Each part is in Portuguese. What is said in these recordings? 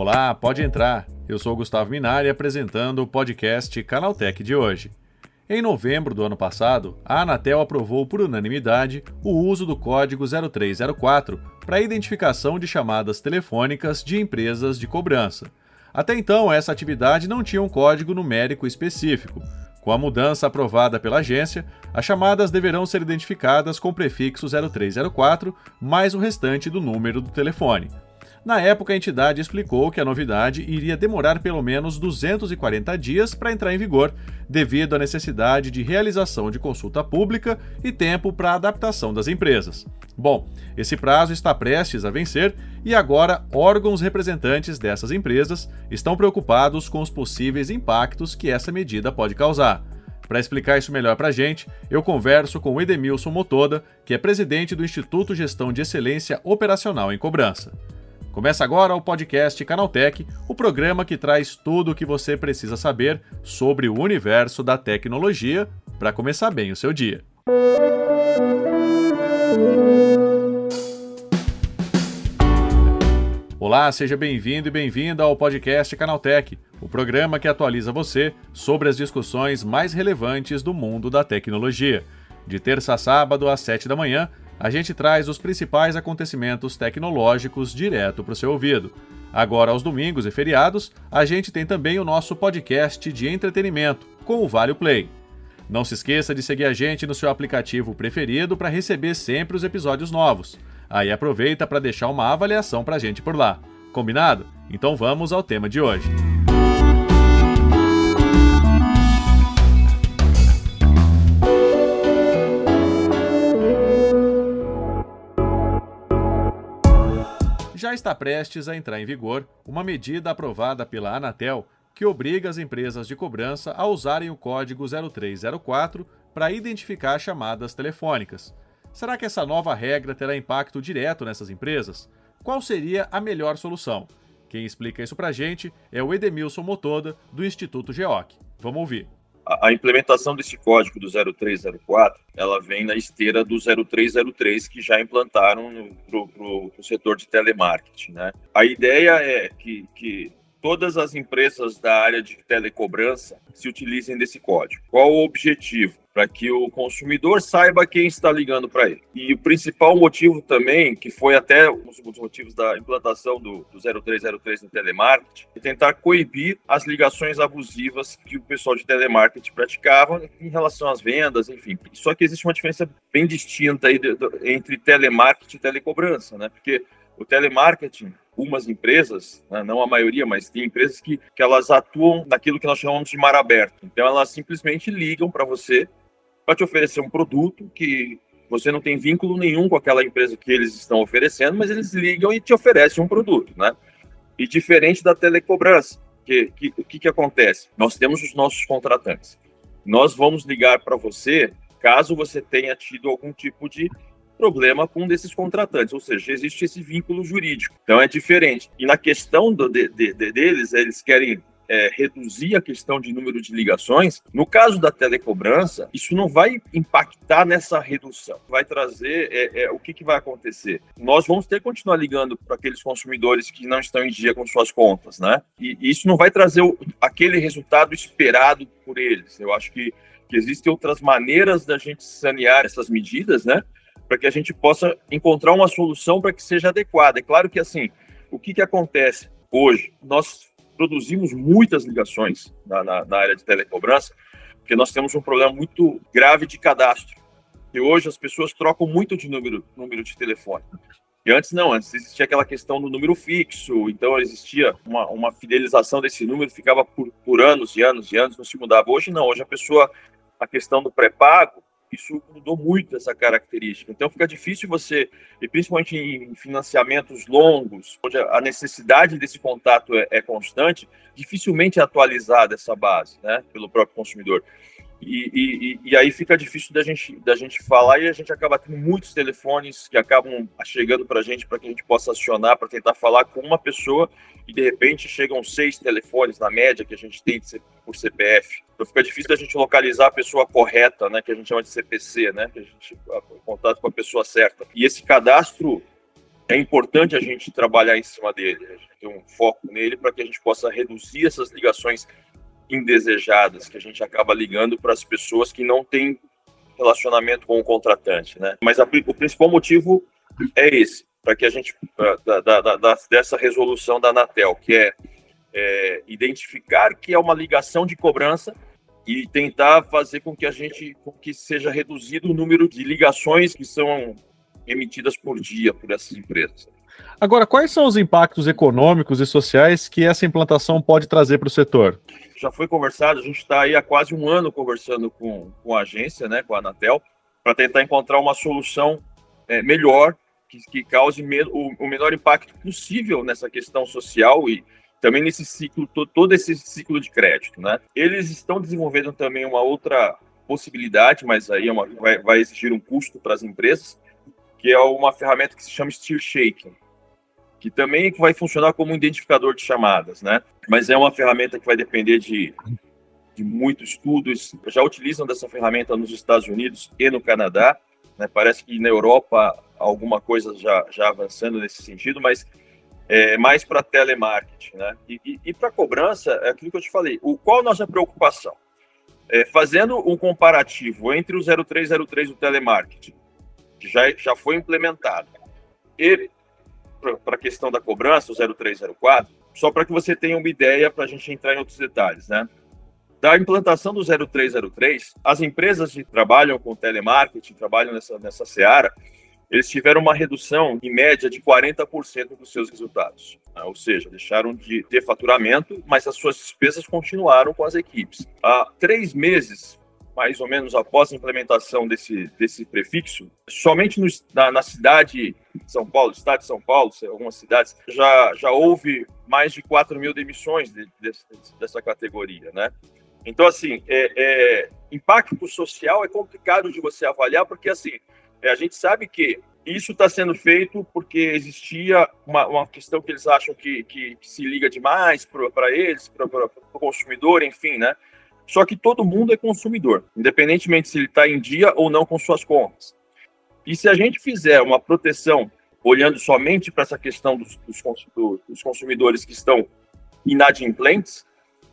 Olá, pode entrar. Eu sou o Gustavo Minari apresentando o podcast Canaltech de hoje. Em novembro do ano passado, a Anatel aprovou por unanimidade o uso do código 0304 para a identificação de chamadas telefônicas de empresas de cobrança. Até então, essa atividade não tinha um código numérico específico. Com a mudança aprovada pela agência, as chamadas deverão ser identificadas com o prefixo 0304 mais o restante do número do telefone. Na época, a entidade explicou que a novidade iria demorar pelo menos 240 dias para entrar em vigor, devido à necessidade de realização de consulta pública e tempo para a adaptação das empresas. Bom, esse prazo está prestes a vencer e agora órgãos representantes dessas empresas estão preocupados com os possíveis impactos que essa medida pode causar. Para explicar isso melhor para a gente, eu converso com o Edemilson Motoda, que é presidente do Instituto Gestão de Excelência Operacional em Cobrança. Começa agora o podcast Canaltech, o programa que traz tudo o que você precisa saber sobre o universo da tecnologia para começar bem o seu dia. Olá, seja bem-vindo e bem-vinda ao podcast Canaltech, o programa que atualiza você sobre as discussões mais relevantes do mundo da tecnologia. De terça a sábado às 7 da manhã, a gente traz os principais acontecimentos tecnológicos direto para o seu ouvido. Agora, aos domingos e feriados, a gente tem também o nosso podcast de entretenimento, com o Vale Play. Não se esqueça de seguir a gente no seu aplicativo preferido para receber sempre os episódios novos. Aí aproveita para deixar uma avaliação para a gente por lá. Combinado? Então vamos ao tema de hoje. Já está prestes a entrar em vigor uma medida aprovada pela Anatel que obriga as empresas de cobrança a usarem o código 0304 para identificar chamadas telefônicas. Será que essa nova regra terá impacto direto nessas empresas? Qual seria a melhor solução? Quem explica isso para a gente é o Edemilson Motoda, do Instituto GEOC. Vamos ouvir. A implementação desse código do 0304, ela vem na esteira do 0303 que já implantaram para o setor de telemarketing, né? A ideia é que todas as empresas da área de telecobrança se utilizem desse código. Qual o objetivo? Para que o consumidor saiba quem está ligando para ele. E o principal motivo também, que foi até um dos motivos da implantação do 0303 no telemarketing, é tentar coibir as ligações abusivas que o pessoal de telemarketing praticava em relação às vendas, enfim. Só que existe uma diferença bem distinta aí entre telemarketing e telecobrança, né? Porque o telemarketing, algumas empresas, né, não a maioria, mas tem empresas que elas atuam naquilo que nós chamamos de mar aberto. Então, elas simplesmente ligam para você para te oferecer um produto que você não tem vínculo nenhum com aquela empresa que eles estão oferecendo, mas eles ligam e te oferecem um produto, né? E diferente da telecobrança, o que acontece? Nós temos os nossos contratantes. Nós vamos ligar para você caso você tenha tido algum tipo de problema com um desses contratantes, ou seja, existe esse vínculo jurídico. Então é diferente. E na questão deles, eles querem reduzir a questão de número de ligações. No caso da telecobrança, isso não vai impactar nessa redução. Vai trazer o que vai acontecer. Nós vamos ter que continuar ligando para aqueles consumidores que não estão em dia com suas contas, né? E isso não vai trazer aquele resultado esperado por eles. Eu acho que existem outras maneiras da gente sanear essas medidas, né? Para que a gente possa encontrar uma solução para que seja adequada. É claro que, assim, o que acontece hoje? Nós produzimos muitas ligações na área de telecobrança, porque nós temos um problema muito grave de cadastro. E hoje as pessoas trocam muito de número de telefone. E antes não, antes existia aquela questão do número fixo, então existia uma fidelização desse número, ficava por anos e anos e anos, não se mudava. Hoje não, hoje a questão do pré-pago, isso mudou muito essa característica. Então fica difícil você, e principalmente em financiamentos longos, onde a necessidade desse contato é constante, dificilmente é atualizada essa base, né, pelo próprio consumidor. E aí fica difícil da gente falar e a gente acaba tendo muitos telefones que acabam chegando para que a gente possa acionar para tentar falar com uma pessoa e de repente chegam 6 telefones na média que a gente tem por CPF. Então fica difícil da gente localizar a pessoa correta, né, que a gente chama de CPC, né, que a gente contato com a pessoa certa. E esse cadastro é importante a gente trabalhar em cima dele, a gente ter um foco nele para que a gente possa reduzir essas ligações indesejadas que a gente acaba ligando para as pessoas que não têm relacionamento com o contratante, né? Mas o principal motivo é esse, para que a gente dessa resolução da Anatel, que é identificar que é uma ligação de cobrança e tentar fazer com que seja reduzido o número de ligações que são emitidas por dia por essas empresas. Agora, quais são os impactos econômicos e sociais que essa implantação pode trazer para o setor? Já foi conversado, a gente está aí há quase um ano conversando com a agência, né, com a Anatel, para tentar encontrar uma solução melhor, que cause o menor impacto possível nessa questão social e também nesse ciclo, todo esse ciclo de crédito, né? Eles estão desenvolvendo também uma outra possibilidade, mas aí vai exigir um custo para as empresas, que é uma ferramenta que se chama Steer Shaking, que também vai funcionar como um identificador de chamadas, né? Mas é uma ferramenta que vai depender de muitos estudos. Já utilizam dessa ferramenta nos Estados Unidos e no Canadá, né? Parece que na Europa alguma coisa já avançando nesse sentido, mas mais para telemarketing, né? E para cobrança, é aquilo que eu te falei. Qual a nossa preocupação? Fazendo um comparativo entre o 0303 do telemarketing, que já foi implementado, e para a questão da cobrança, o 0304, só para que você tenha uma ideia para a gente entrar em outros detalhes, né? Da implantação do 0303, as empresas que trabalham com telemarketing, trabalham nessa seara, eles tiveram uma redução, em média, de 40% dos seus resultados. Né? Ou seja, deixaram de ter faturamento, mas as suas despesas continuaram com as equipes. Há 3 meses, mais ou menos após a implementação desse prefixo, somente na cidade de São Paulo, estado de São Paulo, algumas cidades, já houve mais de 4 mil demissões dessa categoria, né? Então, assim, impacto social é complicado de você avaliar, porque, assim, a gente sabe que isso está sendo feito porque existia uma questão que eles acham que se liga demais para eles, para o consumidor, enfim, né? Só que todo mundo é consumidor, independentemente se ele está em dia ou não com suas contas. E se a gente fizer uma proteção olhando somente para essa questão dos consumidores que estão inadimplentes,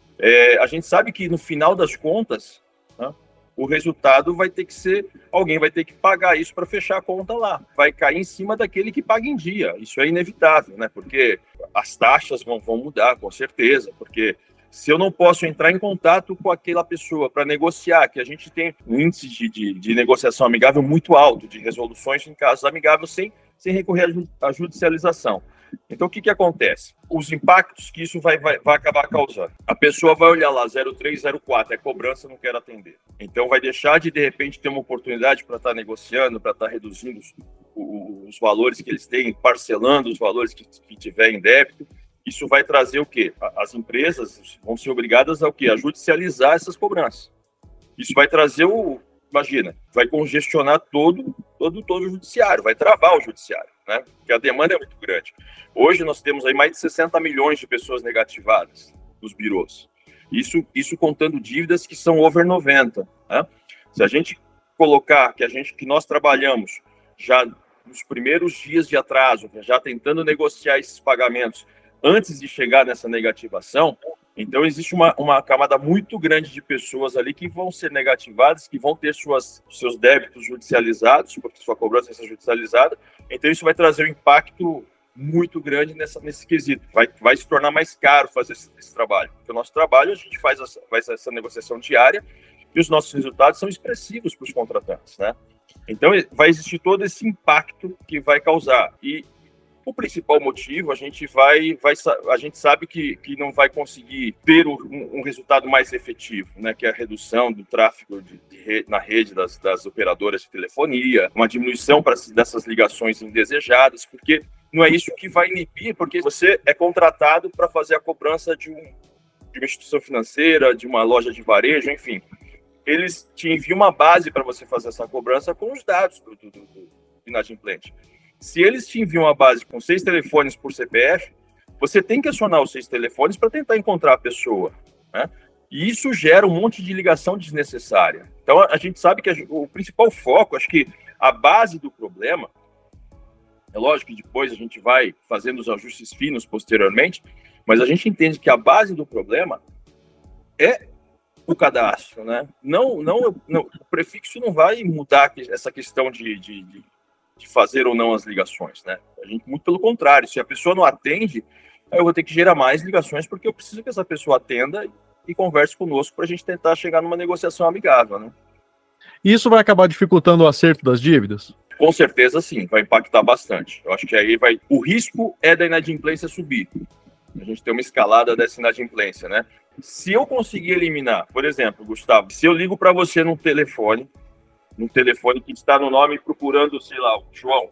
a gente sabe que no final das contas, né, o resultado vai ter que ser, alguém vai ter que pagar isso para fechar a conta lá. Vai cair em cima daquele que paga em dia. Isso é inevitável, né? Porque as taxas vão mudar, com certeza, porque se eu não posso entrar em contato com aquela pessoa para negociar, que a gente tem um índice de negociação amigável muito alto, de resoluções em casos amigáveis sem recorrer à judicialização. Então, o que acontece? Os impactos que isso vai acabar causando. A pessoa vai olhar lá, 0304, é cobrança, não quero atender. Então, vai deixar de repente, ter uma oportunidade para estar negociando, para estar reduzindo os valores que eles têm, parcelando os valores que tiver em débito. Isso vai trazer o quê? As empresas vão ser obrigadas ao quê? A judicializar essas cobranças. Isso vai trazer imagina, vai congestionar todo o judiciário, vai travar o judiciário, né? Porque a demanda é muito grande. Hoje nós temos aí mais de 60 milhões de pessoas negativadas nos birôs. Isso contando dívidas que são over 90, né? Se a gente colocar que nós trabalhamos já nos primeiros dias de atraso, já tentando negociar esses pagamentos antes de chegar nessa negativação, então existe uma camada muito grande de pessoas ali que vão ser negativadas, que vão ter seus débitos judicializados, porque sua cobrança vai ser judicializada. Então isso vai trazer um impacto muito grande nesse quesito. Vai se tornar mais caro fazer esse trabalho. Porque o nosso trabalho, a gente faz essa negociação diária e os nossos resultados são expressivos para os contratantes, né? Então vai existir todo esse impacto que vai causar. E o principal motivo, a gente sabe que não vai conseguir ter um resultado mais efetivo, né, que é a redução do tráfego na rede das operadoras de telefonia, uma diminuição dessas ligações indesejadas, porque não é isso que vai inibir, porque você é contratado para fazer a cobrança de uma instituição financeira, de uma loja de varejo, enfim. Eles te enviam uma base para você fazer essa cobrança com os dados do inadimplente. Se eles te enviam uma base com 6 telefones por CPF, você tem que acionar os 6 telefones para tentar encontrar a pessoa, né? E isso gera um monte de ligação desnecessária. Então, a gente sabe que o principal foco, acho que a base do problema É lógico que depois a gente vai fazendo os ajustes finos posteriormente, mas a gente entende que a base do problema é o cadastro, né? Não, o prefixo não vai mudar essa questão de fazer ou não as ligações, né? A gente, muito pelo contrário, se a pessoa não atende, aí eu vou ter que gerar mais ligações, porque eu preciso que essa pessoa atenda e converse conosco para a gente tentar chegar numa negociação amigável, né? E isso vai acabar dificultando o acerto das dívidas? Com certeza, sim, vai impactar bastante. Eu acho que aí vai... O risco é da inadimplência subir. A gente tem uma escalada dessa inadimplência, né? Se eu conseguir eliminar, por exemplo, Gustavo, se eu ligo para você num telefone que está no nome procurando, sei lá, o João,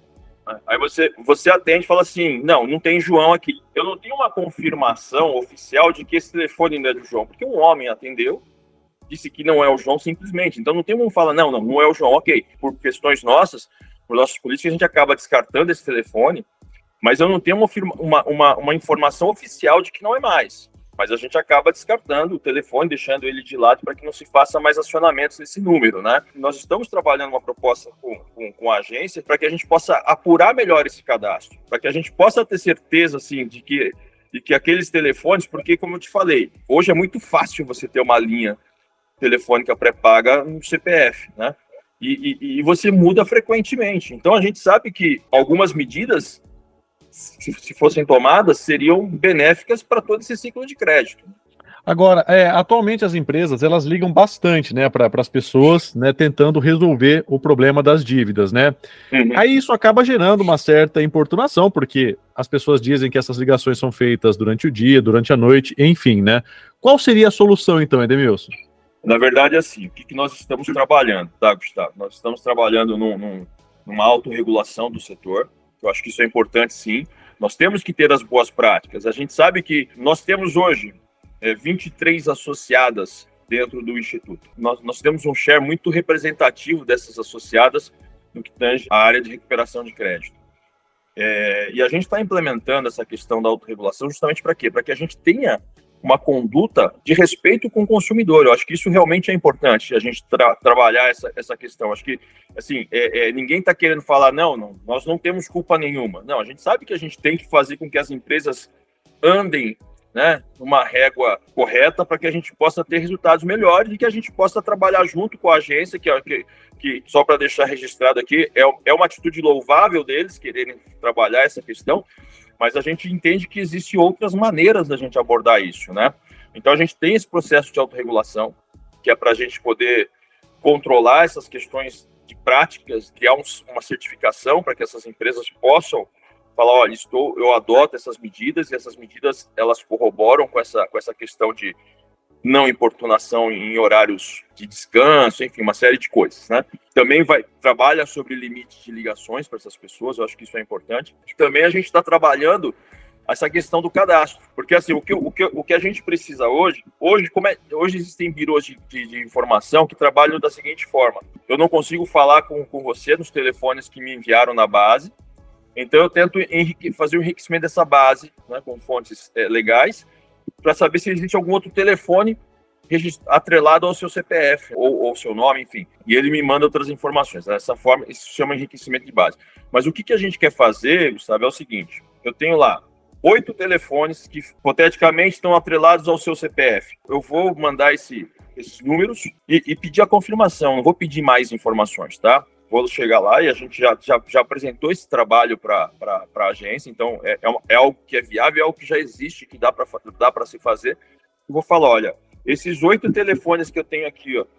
aí você atende e fala assim, não tem João aqui. Eu não tenho uma confirmação oficial de que esse telefone não é do João, porque um homem atendeu, disse que não é o João simplesmente. Então não tem como falar, não é o João, ok. Por questões nossas, por nossos políticos, a gente acaba descartando esse telefone, mas eu não tenho uma informação oficial de que não é mais. Mas a gente acaba descartando o telefone, deixando ele de lado para que não se faça mais acionamentos nesse número, né? Nós estamos trabalhando uma proposta com a agência para que a gente possa apurar melhor esse cadastro, para que a gente possa ter certeza, assim, de que aqueles telefones, porque, como eu te falei, hoje é muito fácil você ter uma linha telefônica pré-paga no CPF, né? E você muda frequentemente. Então, a gente sabe que algumas medidas, se fossem tomadas, seriam benéficas para todo esse ciclo de crédito. Agora, atualmente as empresas, elas ligam bastante, né, para as pessoas, né, tentando resolver o problema das dívidas, né? Uhum. Aí isso acaba gerando uma certa importunação, porque as pessoas dizem que essas ligações são feitas durante o dia, durante a noite, enfim, né? Qual seria a solução, então, Edemilson? Na verdade, assim, o que nós estamos trabalhando, tá, Gustavo? Nós estamos trabalhando numa autorregulação do setor. Eu acho que isso é importante, sim. Nós temos que ter as boas práticas. A gente sabe que nós temos hoje 23 associadas dentro do Instituto. Nós temos um share muito representativo dessas associadas no que tange à área de recuperação de crédito. E a gente está implementando essa questão da autorregulação justamente para quê? Para que a gente tenha uma conduta de respeito com o consumidor. Eu acho que isso realmente é importante, a gente trabalhar essa questão. Acho que, assim, ninguém está querendo falar, não, nós não temos culpa nenhuma. Não, a gente sabe que a gente tem que fazer com que as empresas andem, né, numa régua correta para que a gente possa ter resultados melhores e que a gente possa trabalhar junto com a agência, que só para deixar registrado aqui, é uma atitude louvável deles quererem trabalhar essa questão, mas a gente entende que existem outras maneiras da gente abordar isso, né? Então a gente tem esse processo de autorregulação, que é para a gente poder controlar essas questões de práticas, criar uma certificação para que essas empresas possam falar, olha, eu adoto essas medidas, e essas medidas elas corroboram com essa questão de não importunação em horários de descanso, enfim, uma série de coisas, né? Também trabalha sobre limite de ligações para essas pessoas, eu acho que isso é importante. E também a gente está trabalhando essa questão do cadastro, porque assim, o que a gente precisa hoje existem birôs de informação que trabalham da seguinte forma: eu não consigo falar com você nos telefones que me enviaram na base, então eu tento fazer o enriquecimento dessa base, né, com fontes legais, para saber se existe algum outro telefone atrelado ao seu CPF ou seu nome, enfim. E ele me manda outras informações. Dessa forma, isso se chama enriquecimento de base. Mas o que a gente quer fazer, Gustavo, é o seguinte: eu tenho lá 8 telefones que, hipoteticamente, estão atrelados ao seu CPF. Eu vou mandar esses números e pedir a confirmação. Não vou pedir mais informações, tá? Vou chegar lá e a gente já apresentou esse trabalho para a agência, então é algo que é viável, é algo que já existe, que dá para se fazer. Eu vou falar, olha, esses 8 telefones que eu tenho aqui, ó,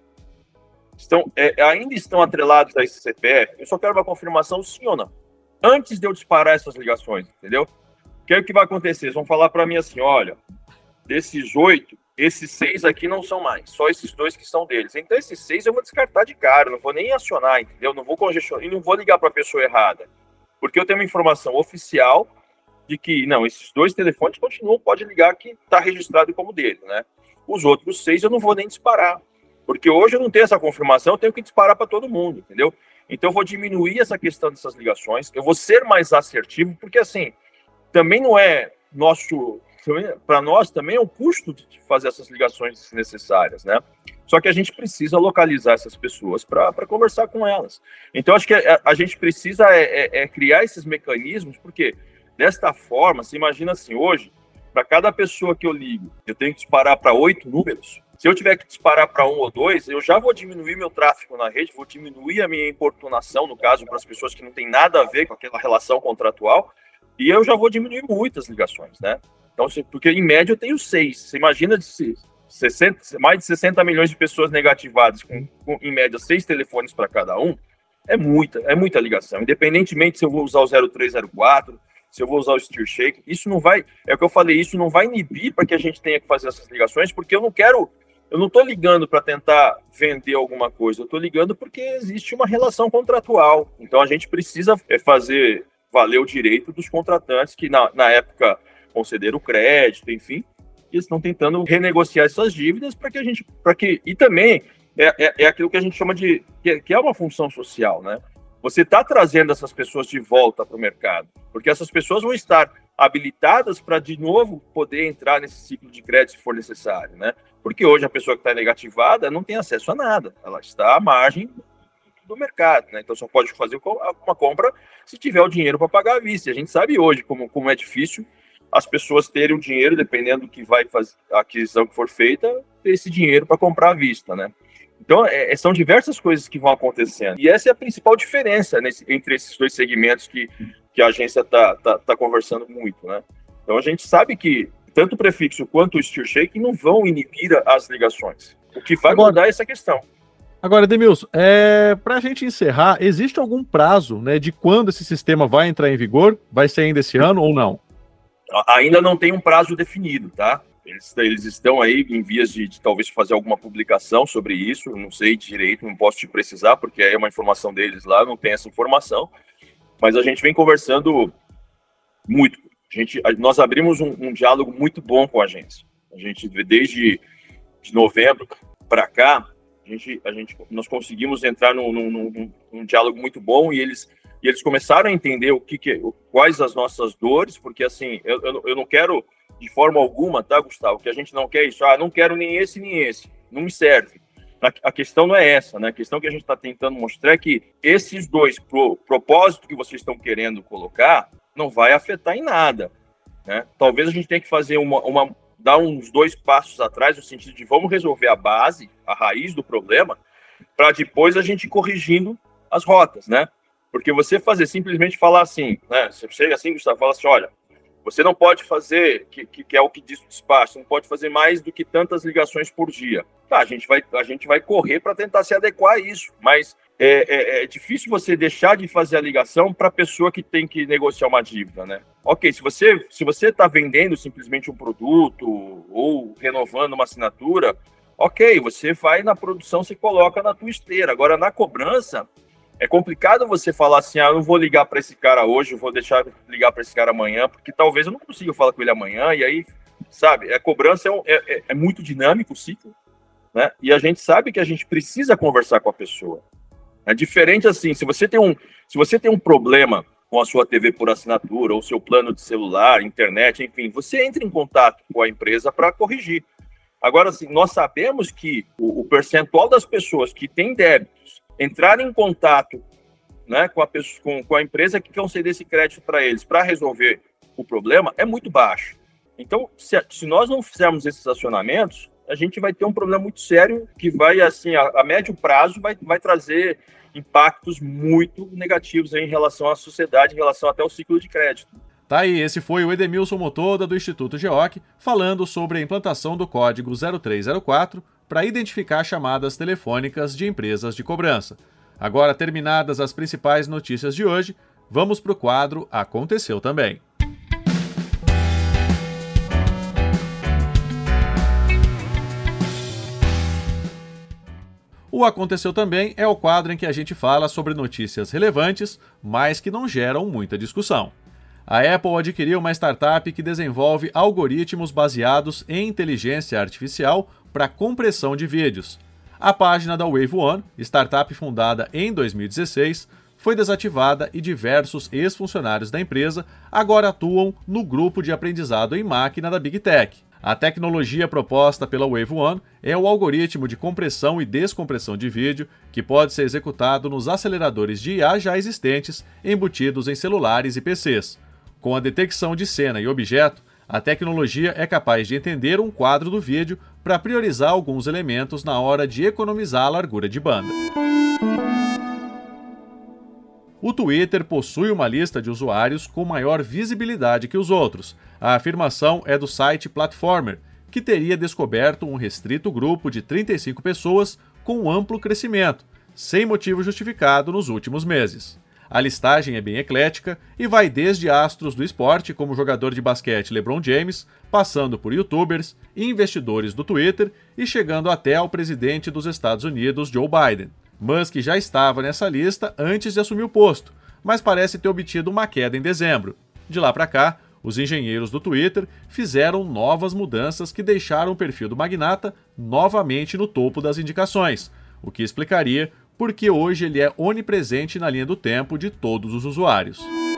ainda estão atrelados a esse CPF, eu só quero uma confirmação sim ou não, antes de eu disparar essas ligações, entendeu? Que é o que vai acontecer? Eles vão falar para mim assim, olha, desses 8, esses 6 aqui não são mais, só esses 2 que são deles. Então, esses 6 eu vou descartar de cara, não vou nem acionar, entendeu? Não vou congestionar e não vou ligar para a pessoa errada. Porque eu tenho uma informação oficial de que, não, esses 2 telefones continuam, pode ligar que está registrado como dele, né? Os outros 6 eu não vou nem disparar. Porque hoje eu não tenho essa confirmação, eu tenho que disparar para todo mundo, entendeu? Então, eu vou diminuir essa questão dessas ligações, eu vou ser mais assertivo, porque, assim, também não é nosso para nós também é um custo de fazer essas ligações necessárias, né? Só que a gente precisa localizar essas pessoas para conversar com elas. Então, acho que a gente precisa criar esses mecanismos, porque desta forma, você imagina assim, hoje, para cada pessoa que eu ligo, eu tenho que disparar para 8 números. Se eu tiver que disparar para 1 ou 2, eu já vou diminuir meu tráfego na rede, vou diminuir a minha importunação, no caso, para as pessoas que não tem nada a ver com aquela relação contratual, e eu já vou diminuir muitas ligações, né? Então, porque em média eu tenho 6. Você imagina mais de 60 milhões de pessoas negativadas, com em média 6 telefones para cada um, é muita ligação. Independentemente se eu vou usar o 0304, se eu vou usar o Steer Shake, isso não vai, é o que eu falei, isso não vai inibir para que a gente tenha que fazer essas ligações, porque eu não estou ligando para tentar vender alguma coisa, eu estou ligando porque existe uma relação contratual. Então a gente precisa fazer valer o direito dos contratantes que na época concederam o crédito, enfim, e estão tentando renegociar essas dívidas e também é aquilo que a gente chama de que é uma função social, né? Você está trazendo essas pessoas de volta para o mercado, porque essas pessoas vão estar habilitadas para, de novo, poder entrar nesse ciclo de crédito se for necessário, né? Porque hoje a pessoa que está negativada não tem acesso a nada, ela está à margem do mercado, né? Então só pode fazer uma compra se tiver o dinheiro para pagar à vista. E a gente sabe hoje como é difícil as pessoas terem o dinheiro, dependendo do que vai fazer, a aquisição que for feita, ter esse dinheiro para comprar à vista, né? Então, são diversas coisas que vão acontecendo. E essa é a principal diferença entre esses dois segmentos que a agência está conversando muito, né? Então, a gente sabe que tanto o prefixo quanto o Steer Shake não vão inibir as ligações. O que vai mudar é essa questão. Agora, Edmilson, para a gente encerrar, existe algum prazo, né, de quando esse sistema vai entrar em vigor? Vai ser ainda esse ano ou não? Ainda não tem um prazo definido, tá? Eles estão aí em vias de talvez fazer alguma publicação sobre isso, não sei direito, não posso te precisar, porque é uma informação deles lá, não tem essa informação, mas a gente vem conversando muito. Nós abrimos um diálogo muito bom com a agência. A gente, desde novembro para cá, nós conseguimos entrar num diálogo muito bom e eles começaram a entender quais as nossas dores, porque assim, eu não quero de forma alguma, tá, Gustavo, que a gente não quer isso, não quero nem esse, não me serve. A questão não é essa, né? A questão que a gente está tentando mostrar é que esses dois propósitos que vocês estão querendo colocar não vai afetar em nada, né? Talvez a gente tenha que fazer dar uns 2 passos atrás, no sentido de vamos resolver a base, a raiz do problema, para depois a gente ir corrigindo as rotas, né? Porque você simplesmente falar assim, né? Você chega assim, Gustavo, fala assim, olha, você não pode fazer, que é o que diz o despacho, não pode fazer mais do que tantas ligações por dia. Tá, a gente vai correr para tentar se adequar a isso, mas é difícil você deixar de fazer a ligação para a pessoa que tem que negociar uma dívida, né? Ok, se você está vendendo simplesmente um produto ou renovando uma assinatura, ok, você vai na produção, se coloca na tua esteira. Agora, na cobrança, é complicado você falar assim, eu não vou ligar para esse cara hoje, eu vou deixar ligar para esse cara amanhã, porque talvez eu não consiga falar com ele amanhã, e aí, sabe, a cobrança é muito dinâmico o ciclo, né? E a gente sabe que a gente precisa conversar com a pessoa. É diferente assim, se você tem um problema com a sua TV por assinatura, ou seu plano de celular, internet, enfim, você entra em contato com a empresa para corrigir. Agora, assim, nós sabemos que o percentual das pessoas que têm débitos entrarem em contato, né, com a empresa que conceder esse crédito para eles, para resolver o problema, é muito baixo. Então, se nós não fizermos esses acionamentos, a gente vai ter um problema muito sério que vai, assim, a médio prazo, vai trazer impactos muito negativos aí em relação à sociedade, em relação até ao ciclo de crédito. Tá aí, esse foi o Edmilson Motoda, do Instituto GEOC, falando sobre a implantação do código 0304 para identificar chamadas telefônicas de empresas de cobrança. Agora, terminadas as principais notícias de hoje, vamos para o quadro Aconteceu Também. O Aconteceu Também é o quadro em que a gente fala sobre notícias relevantes, mas que não geram muita discussão. A Apple adquiriu uma startup que desenvolve algoritmos baseados em inteligência artificial para compressão de vídeos. A página da Wave One, startup fundada em 2016, foi desativada e diversos ex-funcionários da empresa agora atuam no grupo de aprendizado em máquina da Big Tech. A tecnologia proposta pela Wave One é o algoritmo de compressão e descompressão de vídeo que pode ser executado nos aceleradores de IA já existentes embutidos em celulares e PCs. Com a detecção de cena e objeto, a tecnologia é capaz de entender um quadro do vídeo para priorizar alguns elementos na hora de economizar a largura de banda. O Twitter possui uma lista de usuários com maior visibilidade que os outros. A afirmação é do site Platformer, que teria descoberto um restrito grupo de 35 pessoas com amplo crescimento, sem motivo justificado nos últimos meses. A listagem é bem eclética e vai desde astros do esporte, como o jogador de basquete LeBron James, passando por youtubers e investidores do Twitter e chegando até ao presidente dos Estados Unidos, Joe Biden. Musk já estava nessa lista antes de assumir o posto, mas parece ter obtido uma queda em dezembro. De lá para cá, os engenheiros do Twitter fizeram novas mudanças que deixaram o perfil do magnata novamente no topo das indicações, o que explicaria por que hoje ele é onipresente na linha do tempo de todos os usuários.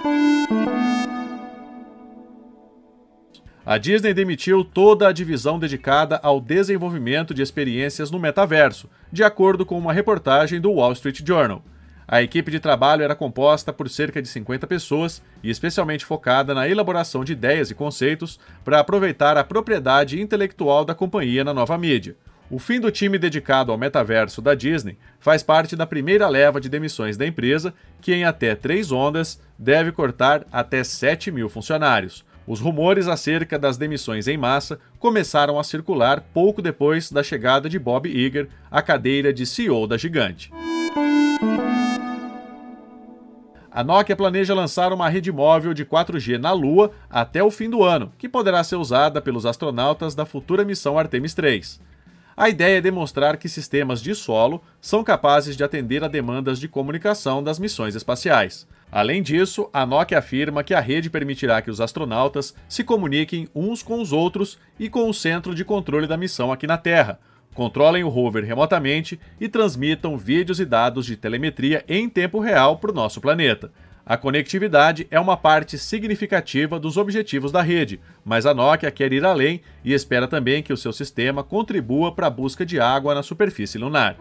A Disney demitiu toda a divisão dedicada ao desenvolvimento de experiências no metaverso, de acordo com uma reportagem do Wall Street Journal. A equipe de trabalho era composta por cerca de 50 pessoas e especialmente focada na elaboração de ideias e conceitos para aproveitar a propriedade intelectual da companhia na nova mídia. O fim do time dedicado ao metaverso da Disney faz parte da primeira leva de demissões da empresa, que em até 3 ondas deve cortar até 7.000 funcionários. Os rumores acerca das demissões em massa começaram a circular pouco depois da chegada de Bob Iger à cadeira de CEO da gigante. A Nokia planeja lançar uma rede móvel de 4G na Lua até o fim do ano, que poderá ser usada pelos astronautas da futura missão Artemis 3. A ideia é demonstrar que sistemas de solo são capazes de atender a demandas de comunicação das missões espaciais. Além disso, a Nokia afirma que a rede permitirá que os astronautas se comuniquem uns com os outros e com o centro de controle da missão aqui na Terra, controlem o rover remotamente e transmitam vídeos e dados de telemetria em tempo real para o nosso planeta. A conectividade é uma parte significativa dos objetivos da rede, mas a Nokia quer ir além e espera também que o seu sistema contribua para a busca de água na superfície lunar.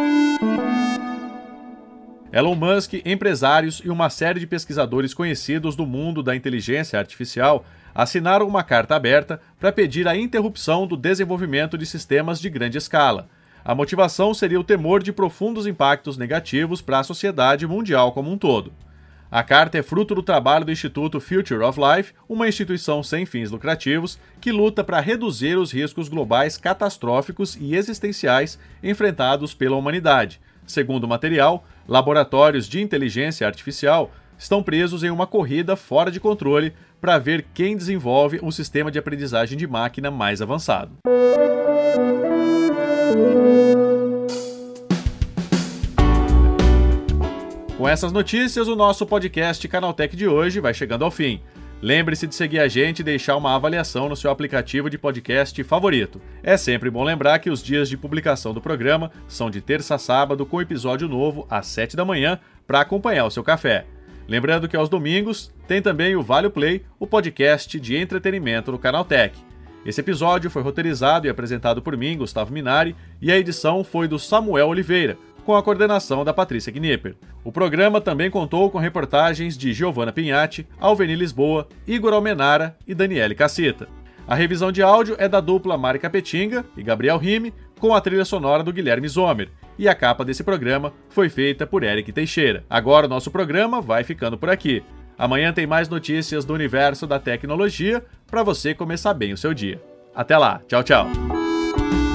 Elon Musk, empresários e uma série de pesquisadores conhecidos do mundo da inteligência artificial assinaram uma carta aberta para pedir a interrupção do desenvolvimento de sistemas de grande escala. A motivação seria o temor de profundos impactos negativos para a sociedade mundial como um todo. A carta é fruto do trabalho do Instituto Future of Life, uma instituição sem fins lucrativos que luta para reduzir os riscos globais catastróficos e existenciais enfrentados pela humanidade. Segundo o material, laboratórios de inteligência artificial estão presos em uma corrida fora de controle para ver quem desenvolve um sistema de aprendizagem de máquina mais avançado. Com essas notícias, o nosso podcast Canaltech de hoje vai chegando ao fim. Lembre-se de seguir a gente e deixar uma avaliação no seu aplicativo de podcast favorito. É sempre bom lembrar que os dias de publicação do programa são de terça a sábado, com episódio novo às 7 da manhã para acompanhar o seu café. Lembrando que aos domingos tem também o Vale Play, o podcast de entretenimento do Canaltech. Esse episódio foi roteirizado e apresentado por mim, Gustavo Minari, e a edição foi do Samuel Oliveira, com a coordenação da Patrícia Knipper. O programa também contou com reportagens de Giovanna Pinhatti, Alveni Lisboa, Igor Almenara e Daniele Cassita. A revisão de áudio é da dupla Mari Capetinga e Gabriel Rime, com a trilha sonora do Guilherme Zomer, e a capa desse programa foi feita por Eric Teixeira. Agora o nosso programa vai ficando por aqui. Amanhã tem mais notícias do universo da tecnologia para você começar bem o seu dia. Até lá, tchau, tchau!